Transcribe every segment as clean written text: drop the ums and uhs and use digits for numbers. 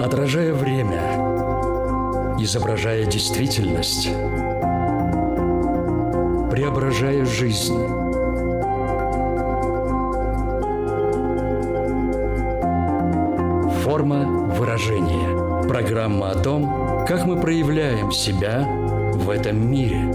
Отражая время, изображая действительность, преображая жизнь. Форма выражения. Программа о том, как мы проявляем себя в этом мире.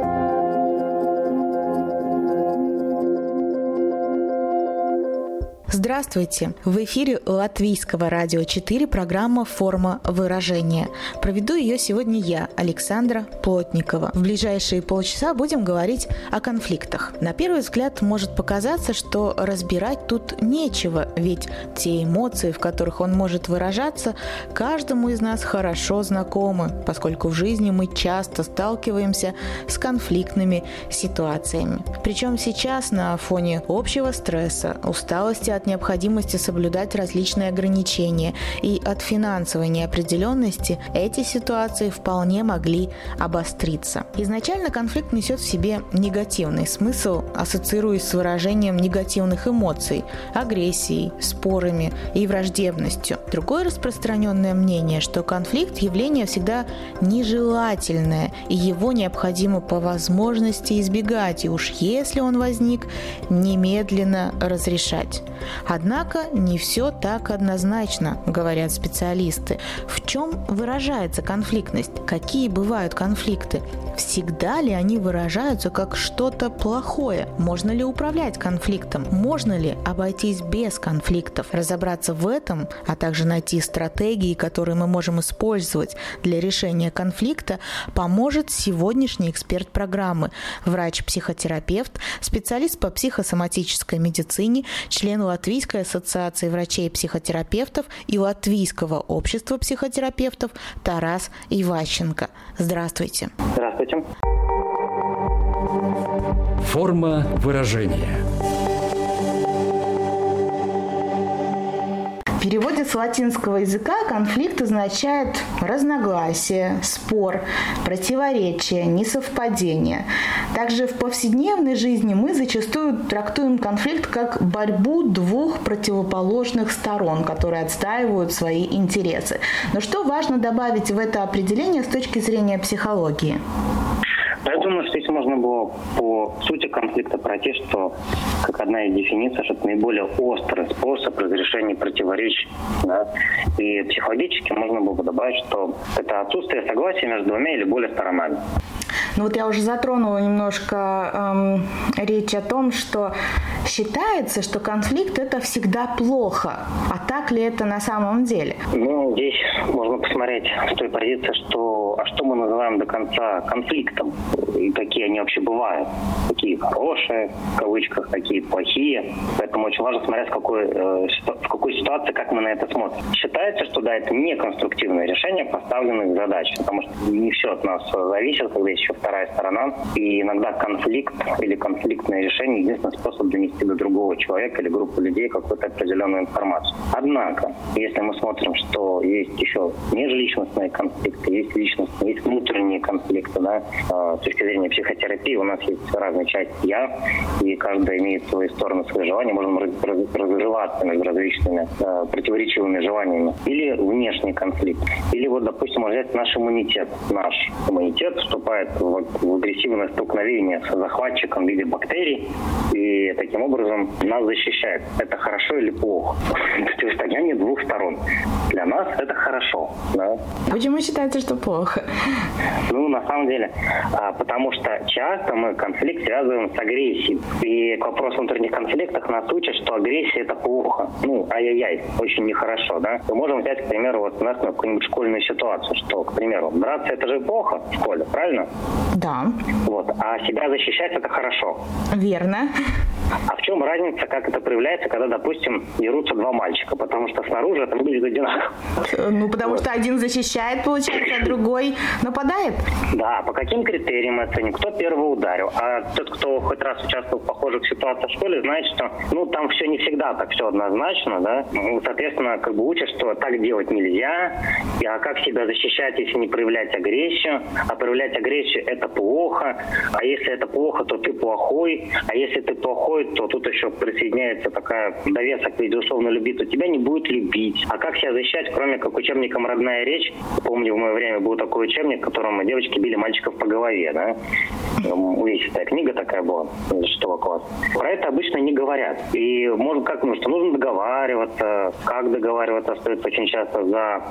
Здравствуйте! В эфире Латвийского радио 4 программа «Форма выражения». Проведу ее сегодня я, Александра Плотникова. В ближайшие полчаса будем говорить о конфликтах. На первый взгляд может показаться, что разбирать тут нечего, ведь те эмоции, в которых он может выражаться, каждому из нас хорошо знакомы, поскольку в жизни мы часто сталкиваемся с конфликтными ситуациями. Причем сейчас на фоне общего стресса, усталости от необходимости соблюдать различные ограничения и от финансовой неопределенности эти ситуации вполне могли обостриться. Изначально конфликт несет в себе негативный смысл, ассоциируясь с выражением негативных эмоций, агрессией, спорами и враждебностью. Другое распространенное мнение, что конфликт – явление всегда нежелательное, и его необходимо по возможности избегать, и уж если он возник, немедленно разрешать. Однако не все так однозначно, говорят специалисты. В чем выражается конфликтность? Какие бывают конфликты? Всегда ли они выражаются как что-то плохое? Можно ли управлять конфликтом? Можно ли обойтись без конфликтов? Разобраться в этом, а также найти стратегии, которые мы можем использовать для решения конфликта, поможет сегодняшний эксперт программы, врач-психотерапевт, специалист по психосоматической медицине, член Латвийской ассоциации врачей и психотерапевтов и Латвийского общества психотерапевтов Тарас Иващенко. Здравствуйте. Здравствуйте. Форма выражения. В переводе с латинского языка конфликт означает разногласие, спор, противоречие, несовпадение. Также в повседневной жизни мы зачастую трактуем конфликт как борьбу двух противоположных сторон, которые отстаивают свои интересы. Но что важно добавить в это определение с точки зрения психологии? Я думаю, что здесь можно было по сути конфликта пройти, что, как одна из дефиниций, что это наиболее острый способ разрешения противоречий. Да? И психологически можно было бы добавить, что это отсутствие согласия между двумя или более сторонами. Ну вот я уже затронула немножко речь о том, что считается, что конфликт – это всегда плохо. А так ли это на самом деле? Ну, здесь можно посмотреть с той позиции, что мы называем до конца конфликтом, и какие они вообще бывают. Какие хорошие, в кавычках, какие плохие. Поэтому очень важно смотреть, в какой ситуации, как мы на это смотрим. Считается, что да, это не конструктивное решение поставленных задач, потому что не все от нас зависит, когда есть еще вторая сторона. И иногда конфликт или конфликтное решение – единственный способ донести до другого человека или группы людей какую-то определенную информацию. Однако, если мы смотрим, что есть еще межличностные конфликты, есть личностные, есть внутренние конфликты, да, с точки зрения психотерапии у нас есть разные части «я», и каждая имеет свои стороны, свои желания, можем разрываться между различными противоречивыми желаниями. Или внешний конфликт. Или вот, допустим, взять наш иммунитет. Наш иммунитет вступает в агрессивное столкновение с захватчиком в виде бактерий, и таким образом нас защищает. Это хорошо или плохо? Противостояние двух сторон. Для нас это хорошо. Да? Почему считается, что плохо? Ну, на самом деле, потому что часто мы конфликт связываем с агрессией. И к вопросу о внутренних конфликтах нас учат, что агрессия – это плохо. Ну, ай-яй-яй, очень нехорошо, да? Мы можем взять, к примеру, вот какую-нибудь школьную ситуацию, что, к примеру, драться – это же плохо в школе, правильно? Да. Вот. А себя защищать – это хорошо. Верно. А в чем разница, как это проявляется, когда, допустим, дерутся два мальчика? Потому что снаружи это выглядит одинаково. Ну, потому что один защищает, получается, а другой нападает? Да, по каким критериям? проверим и оценим, кто первый ударил. А тот, кто хоть раз участвовал в похожих ситуациях в школе, знает, что там все не всегда так все однозначно, да. Соответственно, учат, что так делать нельзя, а как себя защищать, если не проявлять агрессию. А проявлять агрессию – это плохо. А если это плохо, то ты плохой. А если ты плохой, то тут еще присоединяется такая довесок, безусловно, любит, то тебя не будет любить. А как себя защищать, кроме как учебником «Родная речь»? Помню, в мое время был такой учебник, в котором девочки били мальчиков по голове, да? Увесистая книга такая была, 6 класса. Про это обычно не говорят. И что нужно договариваться, как договариваться, стоит очень часто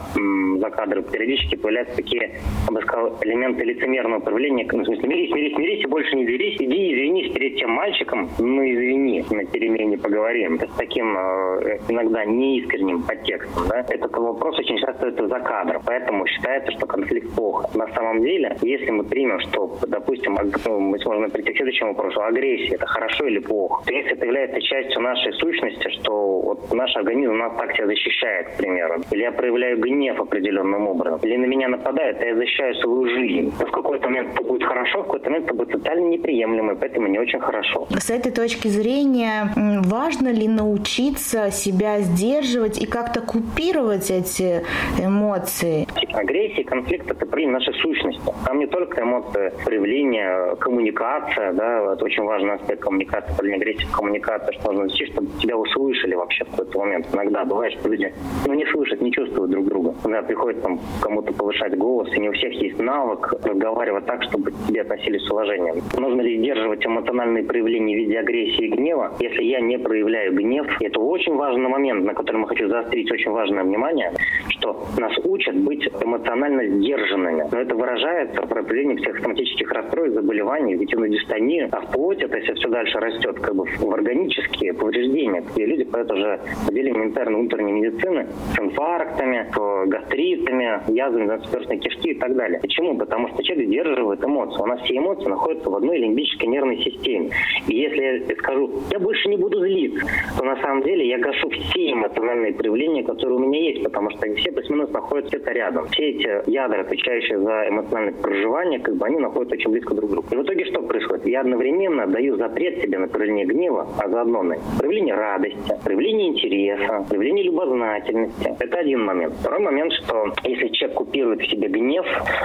за кадры. Периодически появляются такие, я бы сказал, элементы лицемерного проявления. В смысле, мирись и больше не дерись. Иди извинись перед тем мальчиком, извини, на перемене поговорим. С таким иногда неискренним подтекстом, да? Этот вопрос очень часто это за кадром. Поэтому считается, что конфликт плохо. На самом деле, если мы примем, что, допустим, мы сможем прийти к следующему вопросу, агрессия – это хорошо или плохо? То есть это является частью нашей сущности, что наш организм нас так себя защищает, к примеру. Или я проявляю гнев определенным образом. Или на меня нападают, а я защищаю свою жизнь. В какой-то момент это будет хорошо, в какой-то момент это будет тотально неприемлемо, и поэтому не очень хорошо. С этой точки зрения, важно ли научиться себя сдерживать и как-то купировать эти эмоции? Агрессия и конфликт – это проявление нашей сущности. Там не только эмоции, проявление, коммуникация, да, это очень важный аспект коммуникации, проявление агрессии в коммуникации, что нужно достичь, чтобы тебя услышали вообще в какой-то момент. Иногда бывает, что люди не слышат, не чувствуют друг друга. Когда приходится кому-то повышать голос, и не у всех есть навык разговаривать так, чтобы к тебе относились с уважением. Нужно ли сдерживать эмоциональные проявления в виде агрессии и гнева? Если я не проявляю гнев, это очень важный момент, на который я хочу заострить очень важное внимание, что нас учат быть эмоционально сдержанными. Но это выражается в проявлении психосоматических расстройств, заболеваний, вегетативной дистонии, а вплоть это, если все дальше растет, в органические повреждения, где люди поэтому уже в отделении интерной внутренней медицины с инфарктами, с гастритами, язвами надперстной кишки и так далее. Почему? Потому что человек сдерживает эмоции. У нас все эмоции находятся в одной лимбической нервной системе. И если я скажу, я больше не буду злиться, то на самом деле я гашу все эмоциональные проявления, которые у меня есть, потому что они все плюс-минус находятся где-то рядом. Все эти ядра, отвечающие за эмоциональное проживание, они находятся очень близко друг к другу. И в итоге что происходит? Я одновременно даю запрет себе на проявление гнева, а заодно на проявление радости, проявление интереса, проявление любознательности. Это один момент. Второй момент, что если человек купирует в себе гнев,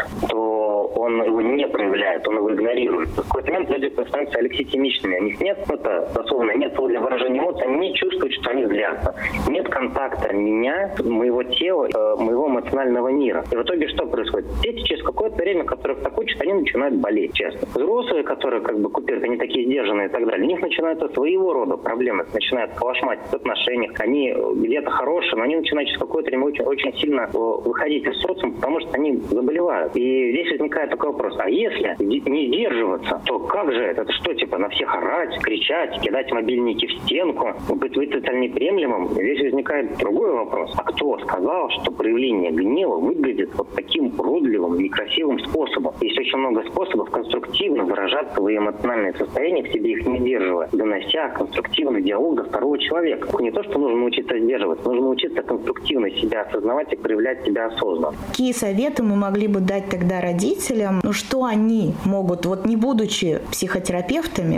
то он его не проявляет, он его игнорирует. В какой-то момент люди становятся алекситимичными. У них нет, дословно, нет слова для выражения эмоций, они не чувствуют, что они злятся. Нет контакта меня, моего тела, моего эмоционального мира. И в итоге что происходит? Дети через какое-то время, которых так учат, они начинают болеть, честно. Взрослые, которые купируют, они такие сдержанные и так далее, у них начинаются своего рода проблемы, начинают калашматить в отношениях, они где-то хорошие, но они начинают через какое-то время очень, очень сильно выходить из социума, потому что они заболевают. И здесь возникает такой вопрос, а если не сдерживаться, то как же это? Это что, на всех орать, кричать, кидать мобильники в стенку, быть тотально неприемлемым? Здесь возникает другой вопрос. А кто сказал, что проявление гнева выглядит таким уродливым, некрасивым способом? Есть очень много способов конструктивно выражать свои эмоциональные состояния, в себе их не сдерживая, донося конструктивный диалог до второго человека. Не то, что нужно научиться сдерживать, нужно научиться конструктивно себя осознавать и проявлять себя осознанно. Какие советы мы могли бы дать тогда родителям, что они могут, не будучи психотерапевтами,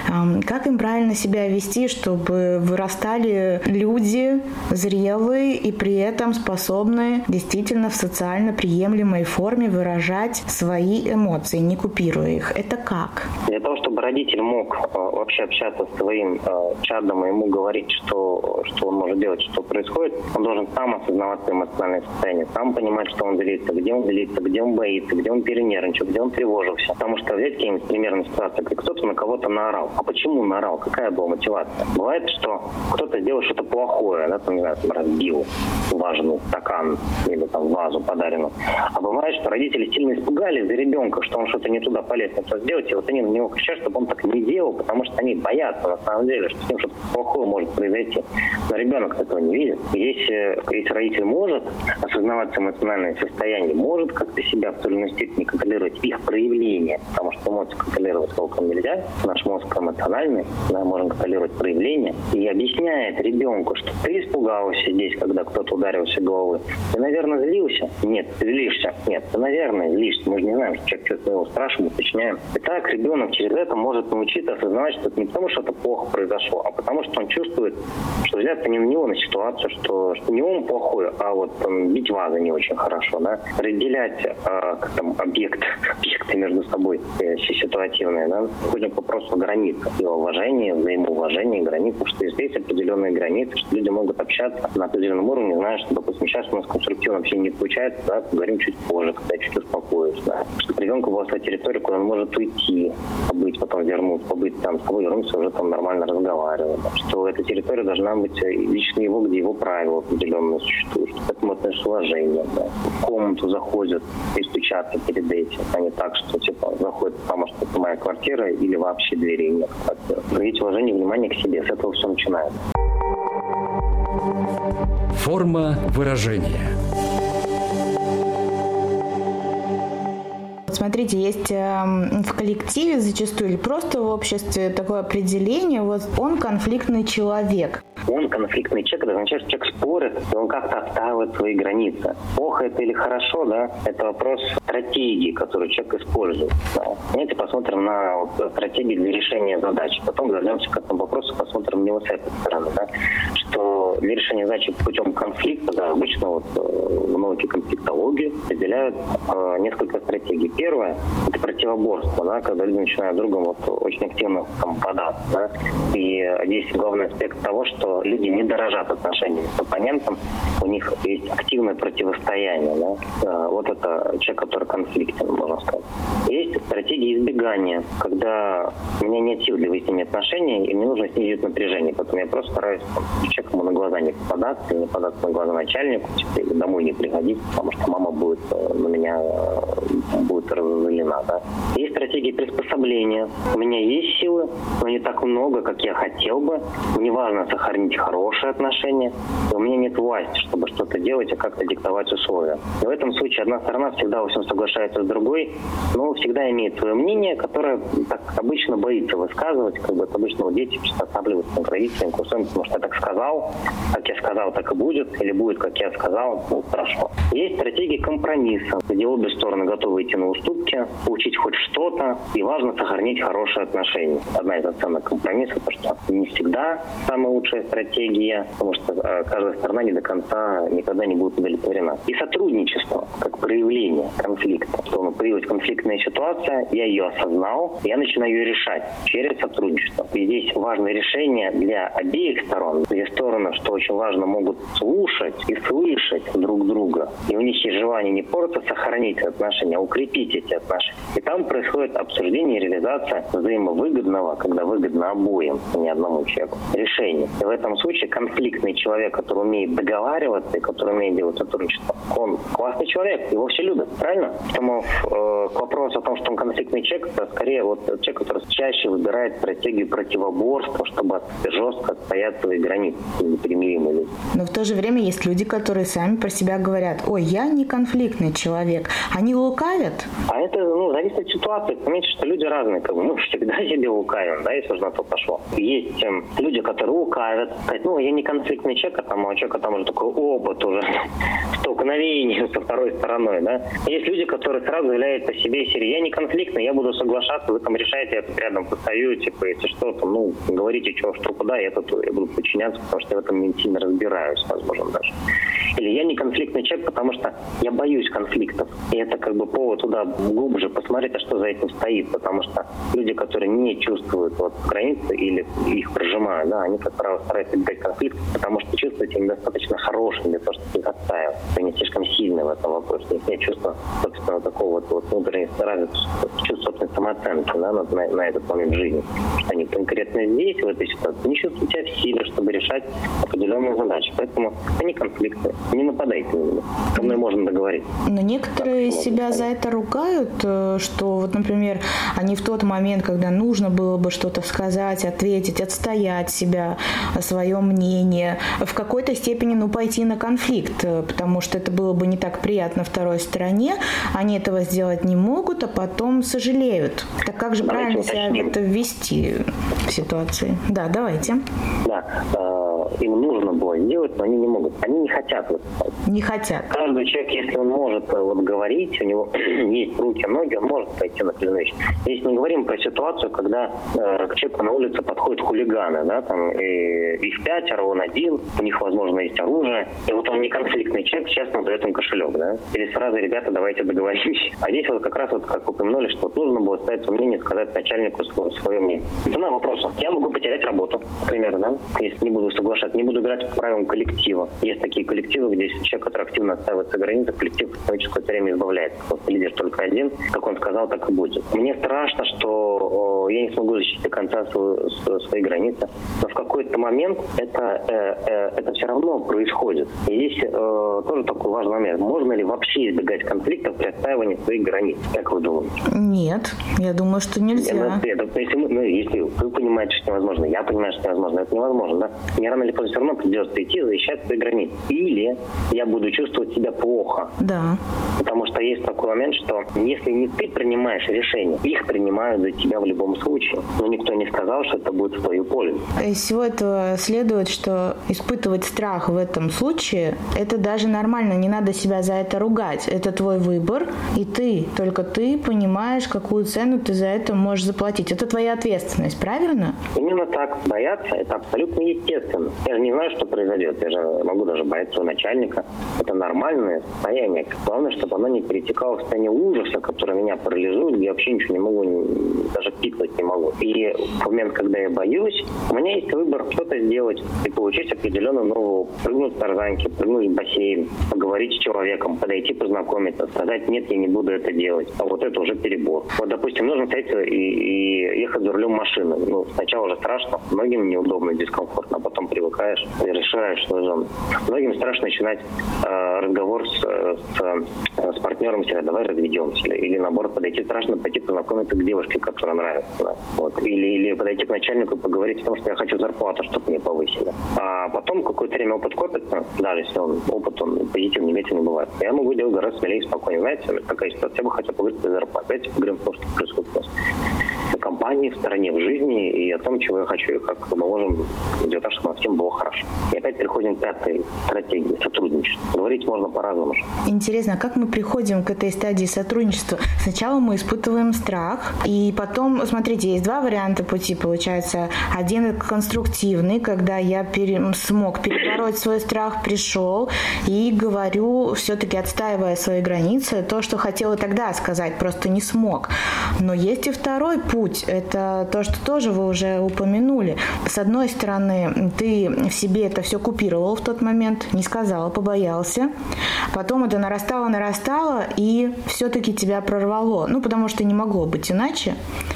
как им правильно себя вести, чтобы вырастали люди зрелые и при этом способные действительно в социально приемлемой форме выражать свои эмоции, не купируя их. Это как? Для того, чтобы родитель мог вообще общаться с своим чадом и ему говорить, что он может делать, что происходит, он должен сам осознавать свое эмоциональное состояние, сам понимать, что он злится, где он боится, где он перенервничал, где он тревожился. Потому что взять какие-нибудь примерные ситуации, где кто-то на кого-то наорал. А почему наорал? Какая была мотивация? Бывает, что кто-то сделал что-то плохое, разбил важный стакан или вазу подаренную. А бывает, что родители сильно испугались за ребенка, что он что-то не туда полез сделать, и они на него кричат, чтобы он так не делал, потому что они боятся на самом деле, что с ним что-то плохое может произойти. Но ребенок этого не видит. Если родитель может осознавать эмоциональное состояние, может как-то себя в той или иной степени не контролировать их проявление, потому что эмоции контролировать толком нельзя. Наш мозг эмоциональный, да, можем контролировать проявление. И объясняет ребенку, что ты испугался здесь, когда кто-то ударился головой. Ты, наверное, злился? Нет, ты злишься. Нет, ты, наверное, злишься. Мы же не знаем, что человек что-то его спрашиваем, уточняем. И так ребенок через это может научиться осознавать, что это не потому, что это плохо произошло, а потому, что он чувствует, что взгляд не на него, на ситуацию, что не он плохой, а вот бить вазы не очень хорошо, да, разделять объекты между собой ситуативные, да, ходим к вопросу границ, и уважения, взаимоуважения, границ, что здесь определенные границы, что люди могут общаться на определенном уровне, зная, что, допустим, сейчас у нас конструктивно вообще не получается, да, поговорим чуть позже, когда я чуть успокоюсь, да, чтобы ребенку была своя территория, куда он может уйти, побыть, потом вернуться, побыть там с тобой, вернуться, уже там нормально разговаривать, да, что эта территория должна быть лично его, где его правила определенно существуют, что к этому относится уважение, да. В комнату заходят и стучатся перед этим, а не так, что типа заходит, потому что это моя квартира или вообще двери нет в квартире. Проявить уважение и внимание к себе, с этого все начинается. Форма выражения. Смотрите, есть в коллективе зачастую или просто в обществе такое определение, вот он конфликтный человек. Он конфликтный человек, это означает, что человек спорит, и он как-то отстаивает свои границы. Плохо это или хорошо, да, это вопрос стратегии, которую человек использует. Да. Давайте посмотрим на стратегии для решения задач. Потом вернемся к этому вопросу, посмотрим его с этой стороны, да, что для решения задачи путем конфликта, да, обычно в науке конфликтологии разделяют несколько стратегий. Первое – это противоборство, да, когда люди начинают друг другу очень активно бодаться. Да, и здесь главный аспект того, что люди не дорожат отношениями с оппонентом, у них есть активное противостояние. Да? Вот это человек, который конфликтен, можно сказать. Есть стратегия избегания, когда у меня нет сил для выяснения отношений, и мне нужно снизить напряжение. Поэтому я просто стараюсь человеку на глаза не попадаться, или не попадаться на глаза начальнику, или домой не приходить, потому что мама будет на меня будет разозлена. Да? Есть стратегия приспособления. У меня есть силы, но не так много, как я хотел бы. Мне важно сохранить хорошие отношения, и у меня нет власти, чтобы что-то делать, а как-то диктовать условия. И в этом случае одна сторона всегда во всем соглашается с другой, но всегда имеет свое мнение, которое так обычно боится высказывать, как бы обычно дети приспосабливаются к родителям, к условиям, потому что я так сказал, как я сказал, так и будет, или будет, как я сказал, ну, хорошо. Есть стратегия компромисса, где обе стороны готовы идти на уступки, получить хоть что-то, и важно сохранить хорошие отношения. Одна из оценок компромисса, то что не всегда самая лучшая стратегия, потому что каждая сторона не до конца никогда не будет удовлетворена. И сотрудничество, как проявление конфликта. Что появилась конфликтная ситуация, я ее осознал, я начинаю ее решать через сотрудничество. И здесь важное решение для обеих сторон. Две стороны, что очень важно, могут слушать и слышать друг друга. И у них есть желание не просто сохранить отношения, а укрепить эти отношения. И там происходит обсуждение и реализация взаимовыгодного, когда выгодно обоим, а не одному человеку, решения. И в этом случае конфликтный человек, который умеет договариваться и который умеет делать сотрудничество, он классный человек, его все любят, правильно? Поэтому к вопросу о том, что он конфликтный человек, это скорее вот человек, который чаще выбирает стратегию противоборства, чтобы жестко отстоять свои границы, непримиримые люди. Но в то же время есть люди, которые сами про себя говорят: ой, я не конфликтный человек. Они лукавят? А это зависит от ситуации. Понимаете, что люди разные, как бы, мы всегда себе лукавим, да, если уже на то пошло. Есть люди, которые лукавят, сказать, я не конфликтный человек, а у человека там уже такой опыт уже столкновений со второй стороной, да. Есть люди, которые сразу заявляют по себе серии: я не конфликтный, я буду соглашаться, вы там решаете, я тут рядом постою, типа, если что, там, говорите, что куда, я буду подчиняться, потому что я в этом не сильно разбираюсь, возможно, даже. Или я не конфликтный человек, потому что я боюсь конфликтов. И это как бы повод туда глубже посмотреть, а что за этим стоит. Потому что люди, которые не чувствуют границы или их прожимают, да, они, как правило, стараются избегать конфликтов, потому что чувствуют себя недостаточно хорошим для того, чтобы их отстаивать. Они слишком сильны в этом вопросе. У них нет чувства, собственно, такого внутренней чувства собственной самооценки, да, на этот момент жизни. Что они конкретно здесь, в этой ситуации, не чувствуют себя в силе, чтобы решать определенные задачи. Поэтому они конфликтны. Не нападайте на меня. Со мной можно договориться. Но некоторые себя за это ругают, что, например, они в тот момент, когда нужно было бы что-то сказать, ответить, отстоять себя, свое мнение, в какой-то степени, пойти на конфликт, потому потому что это было бы не так приятно второй стороне, они этого сделать не могут, а потом сожалеют. Так как же правильно себя это ввести в ситуации? Да, давайте. Да, им нужно было сделать, но они не могут. Они не хотят выступать. Не хотят. Каждый человек, если он может говорить, у него есть руки, ноги, он может пойти на определенную вещь. Здесь не говорим про ситуацию, когда к человеку на улице подходят хулиганы, да, там, их 5, он один, у них, возможно, есть оружие, и вот он не конфликтный человек, честно дает им кошелек, да, или с фразой «ребята, давайте договоримся». А здесь вот как раз, вот, как упомянули, что вот нужно было ставить свое мнение, сказать начальнику свое мнение. Цена вопроса. Я могу потерять работу, например, да, если не буду соглашаться, не буду играть по правилам коллектива. Есть такие коллективы, где человек, который активно отстаивает свои границы, коллектив в какое-то время избавляется. Просто лидер только один, как он сказал, так и будет. Мне страшно, что я не смогу защитить до конца свои границы, но в какой-то момент это все равно происходит. И здесь тоже такой важный момент. Можно ли вообще избегать конфликтов при отстаивании своих границ? Как вы думаете? Нет, я думаю, что нельзя. Если вы понимаете, что невозможно, я понимаю, что невозможно, это невозможно, да? Мне рано или поздно все равно придется идти защищать свои границы. Или я буду чувствовать себя плохо. Да. Потому что есть такой момент, что если не ты принимаешь решения, их принимают за тебя в любом случае. Но никто не сказал, что это будет в твою пользу. Из всего этого следует, что испытывать страх в этом случае, это даже нормально, не надо себя за это ругать. Это твой выбор, и только ты понимаешь, какую цену ты за это можешь заплатить. Это твоя ответственность, правильно? Именно так. Бояться – это абсолютно естественно. Я же не знаю, что произойдет. Я же могу даже бояться своего начальника. Это нормальное состояние. Главное, чтобы оно не перетекало в состояние ужаса, которое меня парализует, где я вообще ничего не могу, даже пикнуть не могу. И в момент, когда я боюсь, у меня есть выбор что-то сделать и получить определенную новую опыт. Прыгнуть с тарзанки, прыгнуть в бассейн, поговорить с человеком, подойти познакомиться, сказать «нет, я не буду это делать». А вот это уже перебор. Вот, допустим, нужно встретиться и ехать за рулем машины. Сначала уже страшно, многим неудобно, дискомфортно, а потом привыкаешь и решаешь свою зону. Многим страшно начинать разговор с партнером, сказать, давай разведемся. Или наоборот, подойти страшно, пойти познакомиться к девушке, которая нравится. Да. Вот. Или подойти к начальнику и поговорить о том, что я хочу зарплату, чтобы мне повысили. А потом какое-то время опыт копится, даже если опыт позитивный, негативный бывает. Я могу делать гораздо смелее и спокойнее. Знаете, такая ситуация, я бы хотел поговорить о зарплате. Давайте поговорим о том, что происходит у нас в компании, в стране, в жизни и о том, чего я хочу и как мы можем сделать так, чтобы нам всем было хорошо. И опять переходим к пятой стратегии – сотрудничество. Говорить можно по-разному. Интересно, как мы приходим к этой стадии сотрудничества? Сначала мы испытываем страх, и потом, смотрите, есть два варианта пути, получается. Один конструктивный, когда я смог перебороть свой страх, пришел и говорю, все-таки отстаивая свои границы, то, что хотела тогда сказать, просто не смог. Но есть и второй путь, это то, что тоже вы уже упомянули. С одной стороны, ты в себе это все купировал в тот момент, не сказал, побоялся. Потом это нарастало, и все-таки тебя прорвало. Потому что не могло быть иначе.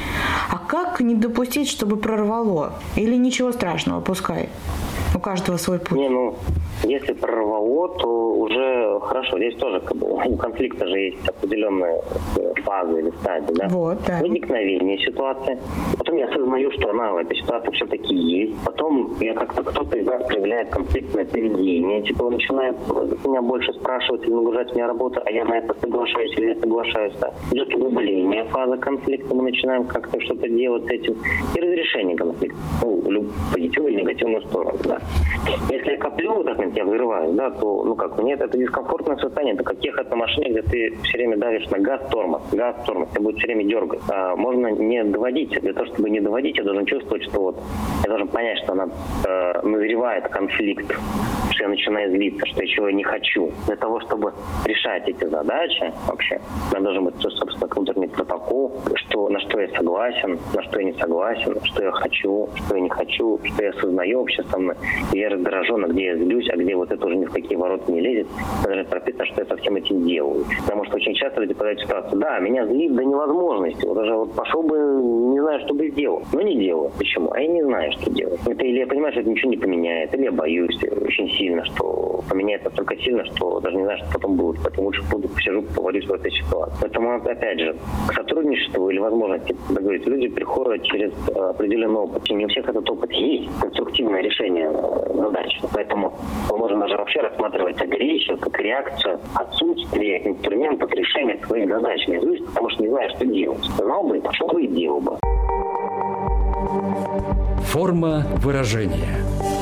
А как не допустить, чтобы прорвало? Или ничего страшного, пускай? У каждого свой путь. Если прорвало, то уже хорошо. Здесь тоже у конфликта же есть определенные фазы или стадии. Да? Вот, да. Возникновение ситуации. Потом я осознаю, что она в этой ситуации все-таки есть. Потом кто-то из нас проявляет конфликтное поведение. Он начинает меня больше спрашивать или нагружать меня работу, а я на это соглашаюсь или не соглашаюсь. Да. Идет углубление фазы конфликта. Мы начинаем как-то что-то делать с этим. И разрешение конфликта. Позитивную или негативную сторону. Да. Если я коплю, я взрываюсь, да, то, мне это дискомфортное состояние. Это как ехать на машине, где ты все время давишь на газ-тормоз, тебя будет все время дергать. Можно не доводить. Для того, чтобы не доводить, я должен чувствовать, что я должен понять, что она назревает конфликт, что я начинаю злиться, что я чего не хочу. Для того, чтобы решать эти задачи вообще, у меня должен быть, собственно, внутренний протокол, на что я согласен, на что я не согласен, что я хочу, что я не хочу, что я осознаю вообще со мной, где я раздражен, а где я злюсь, а где это уже ни в какие ворота не лезет. Даже прописано, что я со всем этим делаю. Потому что очень часто люди попадают в ситуацию, да, меня злит до невозможности. Даже пошел бы, не знаю, что бы сделал. Но не делаю. Почему? А я не знаю, что делать. Это или я понимаю, что это ничего не поменяет, или я боюсь очень сильно, что поменяется настолько сильно, что даже не знаю, что потом будет. Поэтому лучше посижу, поварюсь в этой ситуации. Поэтому, опять же, к сотрудничеству или возможности договориться люди приходят через определенный опыт. И не у всех этот опыт есть. Конструктивное решение задач. Поэтому мы можем даже вообще рассматривать агрессию как реакцию отсутствия инструментов решения своих задач наизусть, потому что не знаешь, что делать. Знал бы, пошел бы и делал бы. Форма выражения.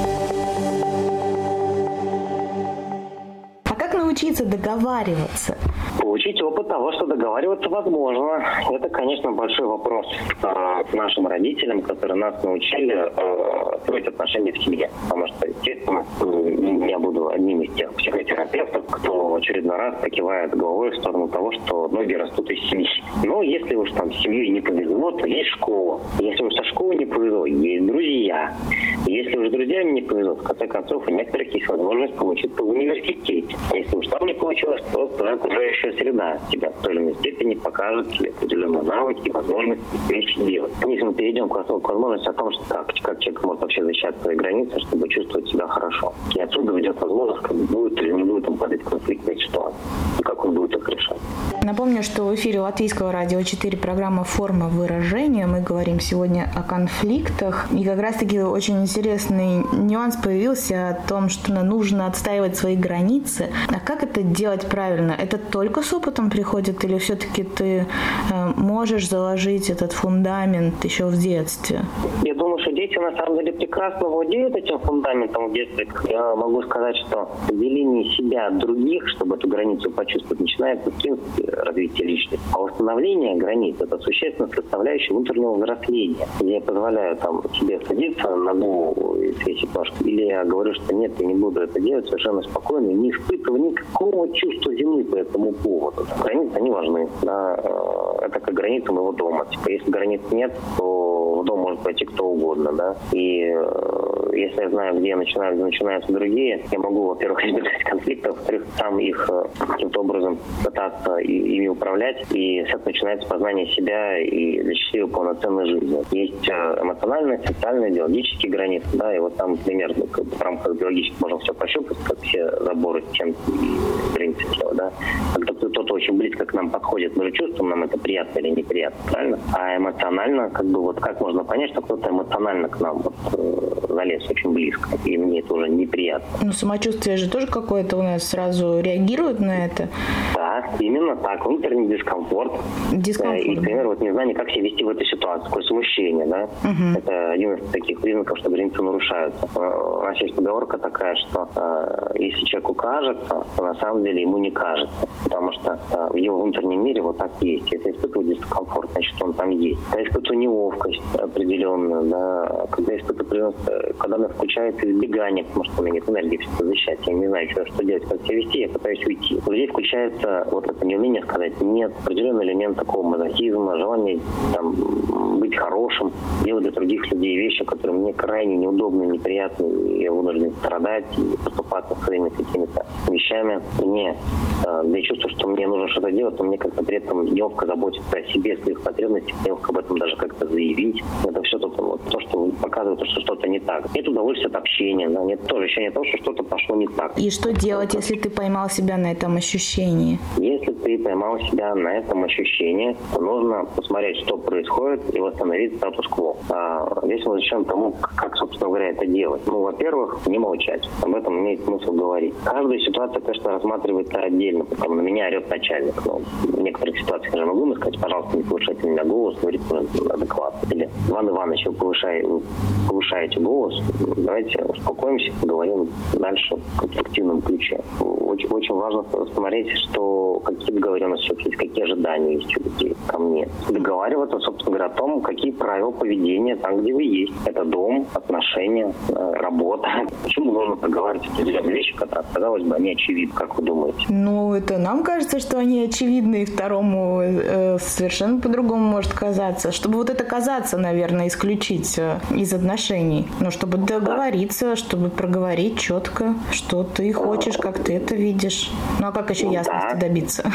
Научиться договариваться? Получить опыт того, что договариваться возможно. Это, конечно, большой вопрос к нашим родителям, которые нас научили строить отношения в семье. Потому что, естественно, я буду одним из тех психотерапевтов, кто в очередной раз покивает головой в сторону того, что ноги растут из семьи. Но если уж там с семьей не повезло, то есть школа. Если уж со школы не повезло, есть друзья. Если уж с друзьями не повезло, в конце концов, у некоторых есть возможность получиться в университете. Если уж там не получилось, то окружающая среда тебя в той или иной степени покажет тебе определенные навыки и возможности вещи делать. Если мы перейдем к возможности о том, что как человек может вообще защищать свои границы, чтобы чувствовать себя хорошо. И отсюда ведет возможность, как будет или не будет он падать в конфликтные ситуации, и как он будет их решать. Напомню, что в эфире Латвийского радио 4 программа «Форма выражения». Мы говорим сегодня о конфликтах. И как раз-таки очень интересный нюанс появился о том, что нужно отстаивать свои границы. А как это делать правильно? Это только с опытом приходит или все-таки ты можешь заложить этот фундамент еще в детстве? Я думаю, что дети на самом деле прекрасно владеют этим фундаментом в детстве. Я могу сказать, что деление себя от других, чтобы эту границу почувствовать, начинается в принципе развития личности. А восстановление границ – это существенная составляющая внутреннего взросления. Я позволяю себе садиться на голову и свесить ножку. Или я говорю, что нет, я не буду это делать совершенно спокойно, не испытывая никакого чувства вины по этому поводу. Границы, они важны. Да? Это как граница моего дома. Если границ нет, то в дом может пойти кто угодно. Да? И если я знаю, где начинаются другие, я могу, во-первых, избегать конфликтов, во-вторых, сам их каким-то образом пытаться ими управлять. И с этого начинается познание себя и счастливой полноценной жизни. Есть эмоциональные, социальные, биологические границы. Да? И вот там, например, в рамках биологических можно все пощупать, как все заборы стен и границы тела. Да? Когда кто-то очень близко к нам подходит, мы же чувствуем, нам это приятно или неприятно, правильно? А эмоционально, как можно понять, что кто-то эмоционально к нам залез очень близко, и мне это уже неприятно. Ну, самочувствие же тоже какое-то у нас сразу реагирует на это? Да, именно так. Внутренний дискомфорт. И, например, незнание, как себя вести в этой ситуации, такое смущение, да? Угу. Это один из таких признаков, что границы нарушаются. У нас есть поговорка такая, что если человеку кажется, то на самом деле ему не кажется. Потому что в его внутреннем мире вот так есть. Если испытывает дискомфорт, значит, он там есть. Когда испытываю неловкость определенную, да, когда она включается избегание, потому что у меня нет энергии все защищать, я не знаю, что делать, как себя вести, я пытаюсь уйти. Вот здесь включается вот это неумение сказать нет, определенный элемент такого мазохизма, желание быть хорошим, делать для других людей вещи, которые мне крайне неудобны, неприятны, и я вынужден страдать и поступаться своими какими-то вещами. Мне я чувствую, что мне нужно что-то делать, но мне как-то при этом неловко заботиться о себе, своих потребностях, неловко об этом даже как-то заявить. Это все то, что показывает, что что-то не так. Нет удовольствия от общения, да, нет тоже ощущения того, что что-то пошло не так. И что делать, если ты поймал себя на этом ощущении? Если ты поймал себя на этом ощущении, то нужно посмотреть, что происходит, и восстановить статус-кво. Здесь мы возвращаем к тому, как, собственно говоря, это делать. Во-первых, не молчать. Об этом имеет смысл говорить. Каждая ситуация, конечно, рассматривается отдельно. Потом на меня орет начальник. Но в некоторых ситуациях я могу сказать, пожалуйста, не повышайте на меня голос, говорите адекватно. Или, Иван Иванович, вы повышаете голос, давайте успокоимся, поговорим дальше в конструктивном ключе. Очень важно посмотреть, какие договоренности есть, какие ожидания есть у людей ко мне. Договариваться, собственно говоря, о том, какие правила поведения там, где вы есть. Это дом, отношения, работа. Почему нужно проговаривать определенные вещи, которые, казалось бы, они очевидны, как вы думаете? Это нам кажется, что они очевидны, и второму совершенно по-другому может казаться. Чтобы вот это казаться, наверное, исключить из отношений. Но чтобы договориться, чтобы проговорить четко, что ты хочешь, как ты это видишь. А как еще ясности добиться? Кстати,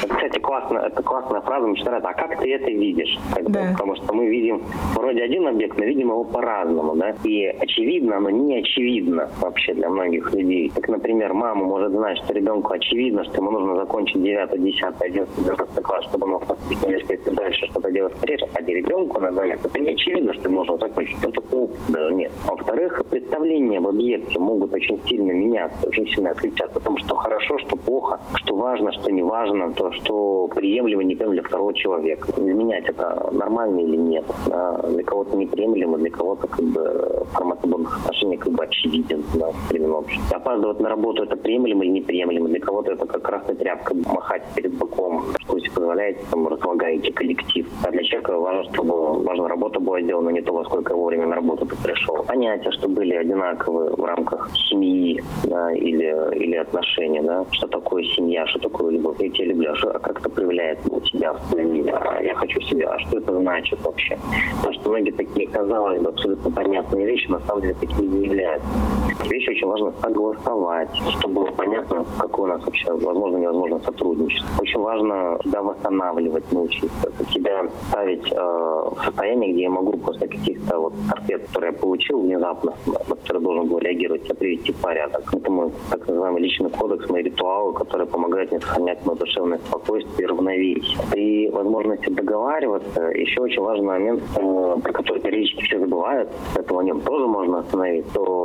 классная фраза, мне нравится. А как ты это видишь? Да. Потому что мы видим вроде один объект, но видим его по-разному, да? И очевидно, но не очевидно вообще для многих людей. Как, например, мама может знать, что ребенку очевидно, что ему нужно закончить 9, 10, 11, 12 класс, чтобы он мог поступить в университет и дальше что-то делать скорее, а ребенку на момент это не очевидно, что ему нужно закончить. Это опыт даже нет. А во-вторых, представления в объекте могут очень сильно меняться, очень сильно отличаться. Потому что хорошо, что плохо, что важно, что не важно, то, что приемлемо, не приемлемо для второго человека. Изменять это нормально или нет. Да? Для кого-то неприемлемо, для кого-то формат любовных отношений очевиден. Да, опаздывать на работу это приемлемо или неприемлемо. Для кого-то это как красная тряпка махать перед боком, что вы себе позволяете, разлагаете коллектив. А для человека важно работа была сделана, не то, во сколько вовремя на работу ты пришел. Понятия, что были одинаковые в рамках семьи, да, или отношений. Да? Что такое семья, что такое любовь. Я тебя люблю, а как это проявляет у тебя в твоей мире? А я хочу себя. А что это значит вообще? Потому что многие такие, казалось бы, абсолютно понятные вещи, на самом деле такими не являются. Вещи очень важно согласовать, чтобы было понятно, какое у нас вообще возможно-невозможно сотрудничество. Очень важно себя восстанавливать, научиться, себя ставить в состояние, где я могу после каких-то торпед, которые я получил внезапно, на которые должен был реагировать, себя привести в порядок. Это мой так называемый личный кодекс, мои ритуалы, которые помогают мне сохранять мое душевное спокойствие и равновесие. При возможности договариваться еще очень важный момент, про который периодически все забывают, этого о нем тоже можно остановить,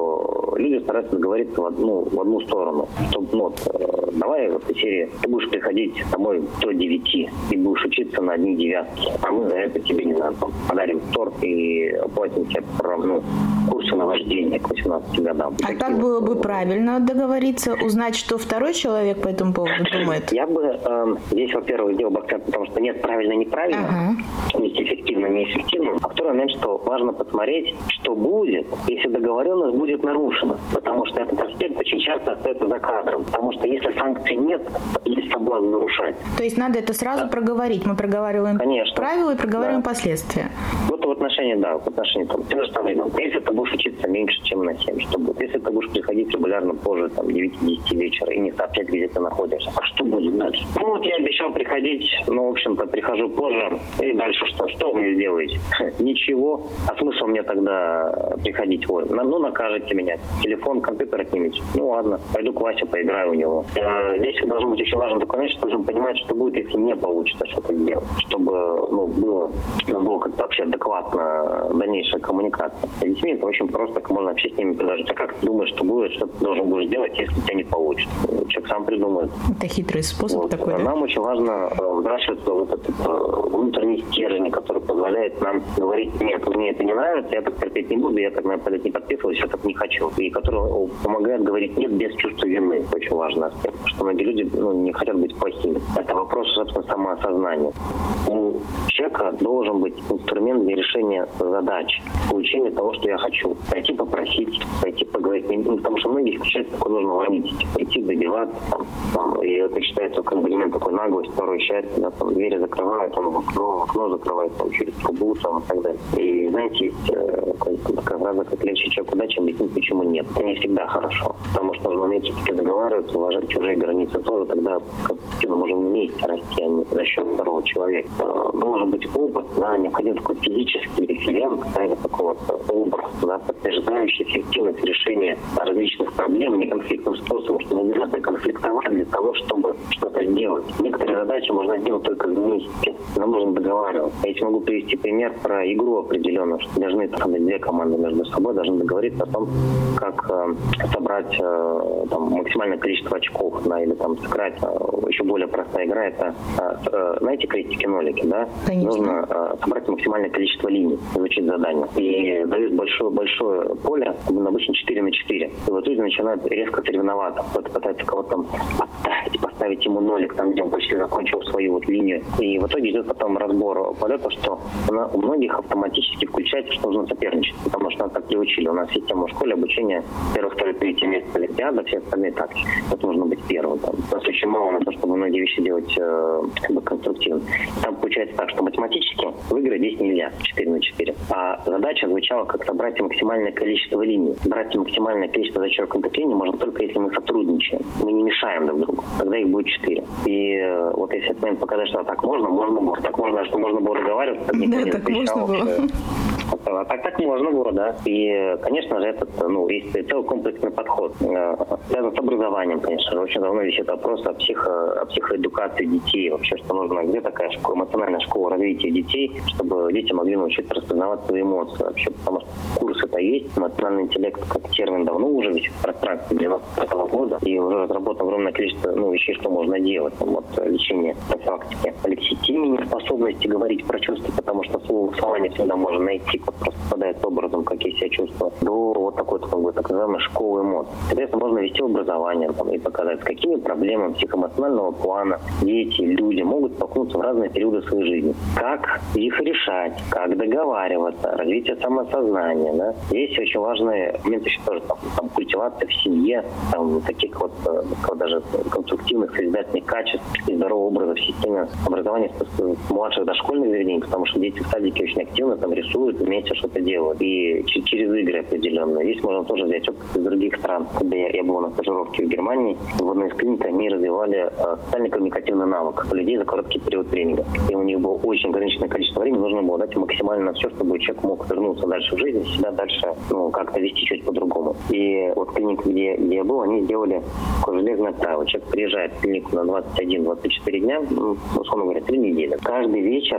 то люди стараются договориться в одну сторону. Чтобы, давай в этой серии ты будешь приходить домой до 9 и будешь учиться на 1/9, а мы за это тебе, не знаю, подарим торт и платим тебе курсы на вождение к 18 годам. А как было бы правильно договориться, узнать, что второй человек по этому поводу думает? Я бы здесь, во-первых, сделал бы акцент, потому что нет правильно-неправильно, есть эффективно-неэффективно. А второй момент, что важно посмотреть, что будет, если договоренность будет нарушена. Потому что этот аспект очень часто остается за кадром. Потому что если санкций нет, есть соблазн нарушать. То есть надо это сразу проговорить. Мы проговариваем правила и проговариваем последствия. В отношении те же самые. Если ты будешь учиться меньше, чем на 7, что будет? Если ты будешь приходить регулярно позже 9-10 вечера и не сообщать, где ты находишься, а что будет дальше? Я обещал приходить, но, в общем-то, прихожу позже, и дальше что? Что вы мне сделаете? Ничего. А смысл мне тогда приходить? Накажете меня. Телефон, компьютер отнимете. Ладно, пойду к Васе, поиграю у него. Здесь должен быть очень важный документ, что должен понимать, что будет, если не получится что-то делать. Чтобы было как-то вообще адекватно дальнейшая коммуникация. С детьми это очень просто, как можно вообще с ними предложить. А как ты думаешь, что будет, что ты должен будешь делать, если у тебя не получится? Человек сам придумает. Это хитрый способ такой, да? Нам очень важно выращивать этот внутренний стержень, который позволяет нам говорить: нет, мне это не нравится, я так терпеть не буду, я так на это не подписываюсь, я так не хочу. И который помогает говорить нет без чувства вины. Очень важный аспект, потому что многие люди не хотят быть плохими. Это вопрос, собственно, самоосознания. У человека должен быть инструмент для решения задач, получения того, что я хочу. Пойти попросить, пойти поговорить. Потому что многие исключают, такое нужно ломить, пойти добиваться. И это считается элемент такой наглости, второй счастья. Двери закрывают, он в окно закрывает, через трубу и так далее. И знаете, есть такая фраза, как легче человеку дать, чем объяснить, почему нет. Это не всегда хорошо. Потому что нужно уметь все-таки договариваться, уважать чужие границы тоже, тогда мы можем вместе расти, а не за счет второго человека. Должен быть опыт, необходим такой физический референт, или такой образ, подтверждающий эффективность решения различных проблем неконфликтным способом, что не обязательно конфликтовать для того, чтобы что-то сделать. Некоторые задачи можно сделать только вместе, нам нужно договариваться. Я тебе могу привести пример про игру определенную, что должны две команды между собой должны договориться о том, как собрать максимальное количество очков, или сыграть. Еще более простая игра — это, знаете, крестики-нолики, да? Конечно. Нужно собрать максимальное количество линий, изучить задание. И дают большое поле, обычно 4×4. И вот люди начинают резко соревноваться. Кто-то пытается кого-то поставить ему нолик, где он почти закончил свою линию. И в итоге идет потом разбор полета, что у многих автоматически включается, что нужно соперничать. Потому что нас так приучили. У нас система в школе обучения первых, второе, третье место Олимпиада, все остальные так. Вот нужно быть первым. У нас очень мало на то, чтобы многие вещи делать конструктивно. Там получается так, что математически выиграть здесь нельзя 4×4. А задача звучала как собрать максимальное количество линий. Собрать максимальное количество зачеркнутых линий можно только если мы сотрудничаем. Мы не мешаем друг другу. Тогда их будет 4. люди. И вот если этот момент показать, что так можно было. Так можно, что можно было разговаривать, так никто не запрещал. А так можно было, да. И, конечно же, этот, есть целый комплексный подход. Связан с образованием, конечно же. Очень давно висит вопрос о психоэдукации детей. Вообще, что нужно, где такая эмоциональная школа развития детей, чтобы дети могли научиться распознавать свои эмоции. Вообще, потому что курсы-то есть. Эмоциональный интеллект как термин давно уже висит в пространстве 95 года. И уже разработано огромное количество вещей, что можно делать. От лечения профилактики лекситимии, неспособности говорить про чувства, потому что слова не всегда можно найти, просто попадает образом, как я себя чувствую, до вот такой так называемой школы эмоций. Соответственно, можно вести образование и показать, с какими проблемами психоэмоционального плана дети, люди могут столкнуться в разные периоды своей жизни. Как их решать, как договариваться, развитие самосознания. Да? Здесь очень важные моменты еще тоже там культивация в семье, таких вот даже конструктивных созидательных качеств и здорового образа в системе образования с младших дошкольных заведений, потому что дети в садике очень активно там рисуют, вместе что-то делают. И через игры определенные. Здесь можно тоже взять опыт из других стран. Когда я был на стажировке в Германии, в одной из клиник они развивали социально-коммуникативный навык у людей за короткий период времени. И у них было очень ограниченное количество времени, нужно было дать максимально на все, чтобы человек мог вернуться дальше в жизни, себя дальше как-то вести чуть по-другому. И вот клиника, где я был, они сделали такое железное правило. Человек приезжает в клинику на 21-24 дня, условно говоря, 3 недели. Каждый вечер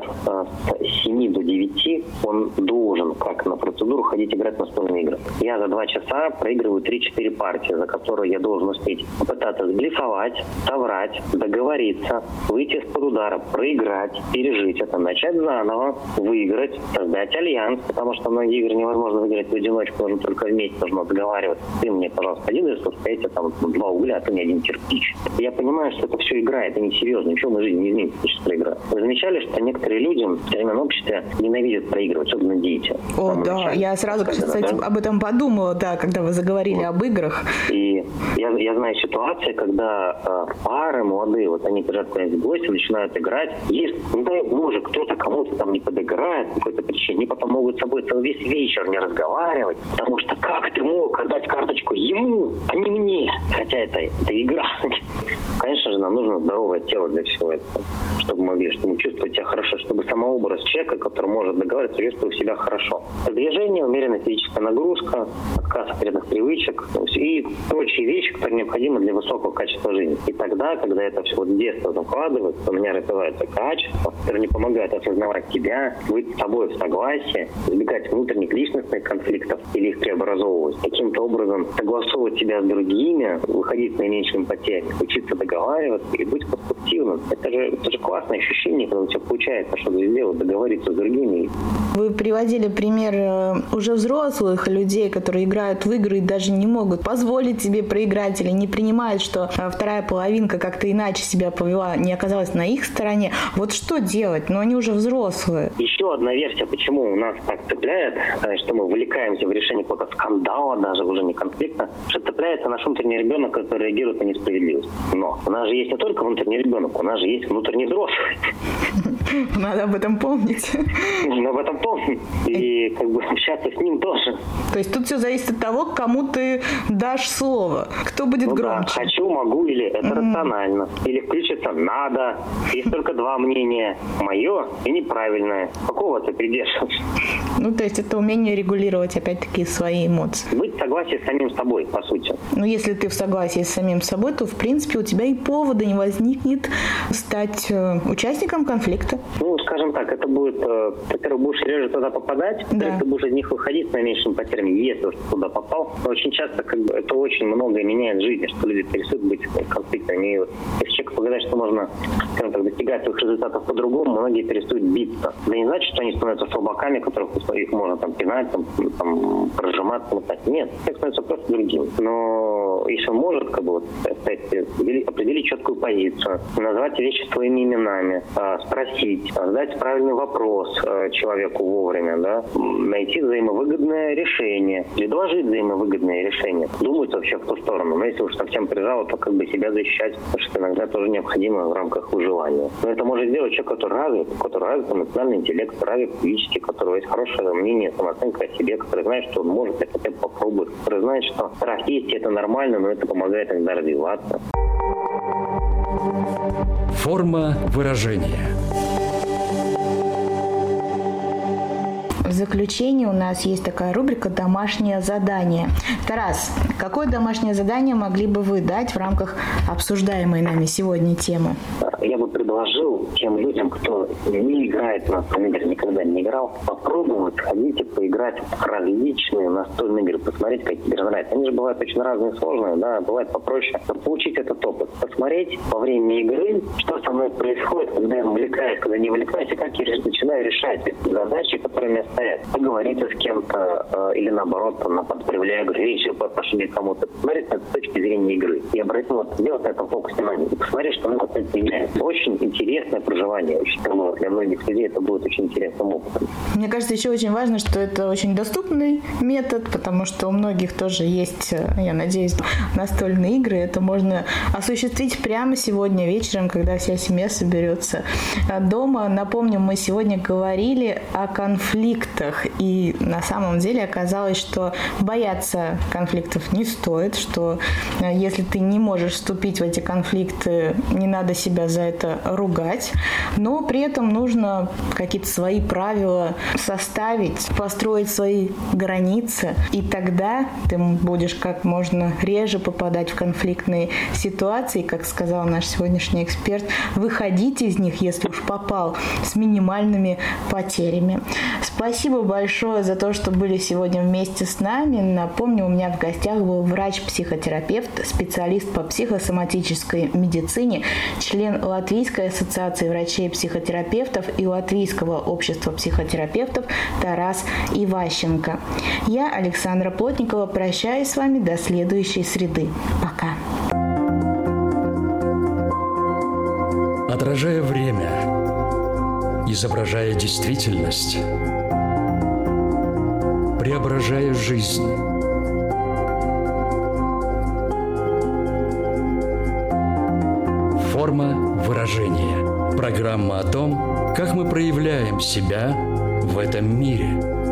с 7 до 9 он должен, как на процедуру, ходить играть в настольные игры. Я за 2 часа проигрываю 3-4 партии, за которые я должен успеть попытаться сблефовать, соврать, договориться, выйти из-под удара, проиграть, пережить это, начать заново, выиграть, создать альянс, потому что многие игры невозможно выиграть в одиночку, нужно только вместе, нужно договариваться. Ты мне, пожалуйста, один ресурс, а эти 2 угля, а ты мне 1 кирпич. Я понимаю, что это все игра, это не серьезно, ничего в моей жизни не изменится, сейчас проиграю. Вы замечали, что некоторые люди в современном обществе ненавидят проигрывать, особенно дети. О, да, я сразу, кстати, об этом подумала, да, когда вы заговорили об играх. И я знаю ситуации, когда пары молодые, вот они приезжают куда-нибудь в гости, начинают играть. Есть, не дай Боже, кто-то кому-то там не подыграет по какой-то причине. Они потом могут с собой весь вечер не разговаривать, потому что как ты мог отдать карточку ему, а не мне? Хотя это игра. Конечно же, нам нужно здоровое тело для всего этого, чтобы чувствовать себя хорошо, чтобы самообраз человека, который может договариваться, чувствовал себя хорошо. Движение, умеренная физическая нагрузка, отказ от вредных привычек и прочие вещи, которые необходимы для высокого качества жизни. И тогда, когда это все с детства закладывается, у меня развивается качество, которое не помогает осознавать себя, быть с собой в согласии, избегать внутренних личностных конфликтов или их преобразовывать. Каким-то образом согласовывать себя с другими, выходить с наименьшими потерями, учиться договариваться и быть конструктивным. Это же классное ощущение, когда у тебя получается что-то сделать, договориться с другими. Вы приводили пример уже взрослых людей, которые играют в игры и даже не могут позволить себе проиграть или не принимают, что вторая половинка как-то иначе себя повела, не оказалась на их стороне. Вот что делать? Но они уже взрослые. Еще одна версия, почему у нас так цепляет, что мы вовлекаемся в решение какого-то скандала, даже уже не конфликта, что цепляется наш внутренний ребенок, который реагирует на несправедливость. Но у нас же есть не только внутренний ребенок, у нас же есть внутренний взрослый. Надо об этом помнить. Нужно об этом помнить. И общаться с ним тоже. То есть тут все зависит от того, кому ты дашь слово. Кто будет громче. Да, хочу, могу, или это рационально. Или включится надо. Есть только 2 мнения. Мое и неправильное. Какого ты придерживаешься? То есть это умение регулировать, опять-таки, свои эмоции. Быть в согласии с самим собой, по сути. Если ты в согласии с самим собой, то, в принципе, у тебя и повода не возникнет стать участником конфликта. Скажем так, это будет, во-первых, будешь реже туда попадать, во-вторых, ты будешь из них выходить с наименьшими потерями, если уж ты туда попал. Но очень часто это очень многое меняет в жизни, что люди перестают быть конфликтами. И если человеку показать, что можно, скажем так, достигать своих результатов по-другому, многие перестают биться. Это не значит, что они становятся слабаками, которых их можно пинать, прожиматься. Нет, человек становится просто другим. Но если он может определить четкую позицию, назвать вещи своими именами, спросить, задать правильный вопрос человеку вовремя, найти взаимовыгодное решение, предложить взаимовыгодное решение, думать вообще в ту сторону. Но если уж совсем прижало, то себя защищать, потому что иногда тоже необходимо в рамках выживания. Но это может сделать человек, который развит эмоциональный интеллект, развит физически, у которого есть хорошее мнение, самооценка о себе, который знает, что он может, и хотя бы попробует, который знает, что страх есть, и это нормально, но это помогает иногда развиваться. Форма выражения. В заключение у нас есть такая рубрика «Домашнее задание». Тарас, какое домашнее задание могли бы вы дать в рамках обсуждаемой нами сегодня темы? Я бы предложил тем людям, кто не играет в настольные игры, никогда не играл, попробовать ходить и поиграть в различные настольные игры, посмотреть, какие игры нравятся. Они же бывают очень разные, сложные, да, бывает попроще. Получить этот опыт, посмотреть во время игры, что со мной происходит, когда я увлекаюсь, когда не увлекаюсь, и как я начинаю решать задачи, которые мне стоят. Поговорить с кем-то или наоборот, проявляя агрессию по отношению к кому-то. Посмотреть на это с точки зрения игры. И обратить делать на этом фокус внимания. И посмотреть, что оно меняется. Очень интересное проживание. Очень для многих людей это будет очень интересным опытом. Мне кажется, еще очень важно, что это очень доступный метод, потому что у многих тоже есть, я надеюсь, настольные игры. Это можно осуществить прямо сегодня вечером, когда вся семья соберется дома. Напомню, мы сегодня говорили о конфликтах. И на самом деле оказалось, что бояться конфликтов не стоит, что если ты не можешь вступить в эти конфликты, не надо себя за это ругать, но при этом нужно какие-то свои правила составить, построить свои границы, и тогда ты будешь как можно реже попадать в конфликтные ситуации, как сказал наш сегодняшний эксперт, выходить из них, если уж попал, с минимальными потерями. Спасибо большое за то, что были сегодня вместе с нами. Напомню, у меня в гостях был врач-психотерапевт, специалист по психосоматической медицине, член Латвийской ассоциации врачей-психотерапевтов и Латвийского общества психотерапевтов Тарас Иващенко. Я, Александра Плотникова, прощаюсь с вами до следующей среды. Пока. Отражая время, изображая действительность, преображая жизнь. Форма выражения. Программа о том, как мы проявляем себя в этом мире.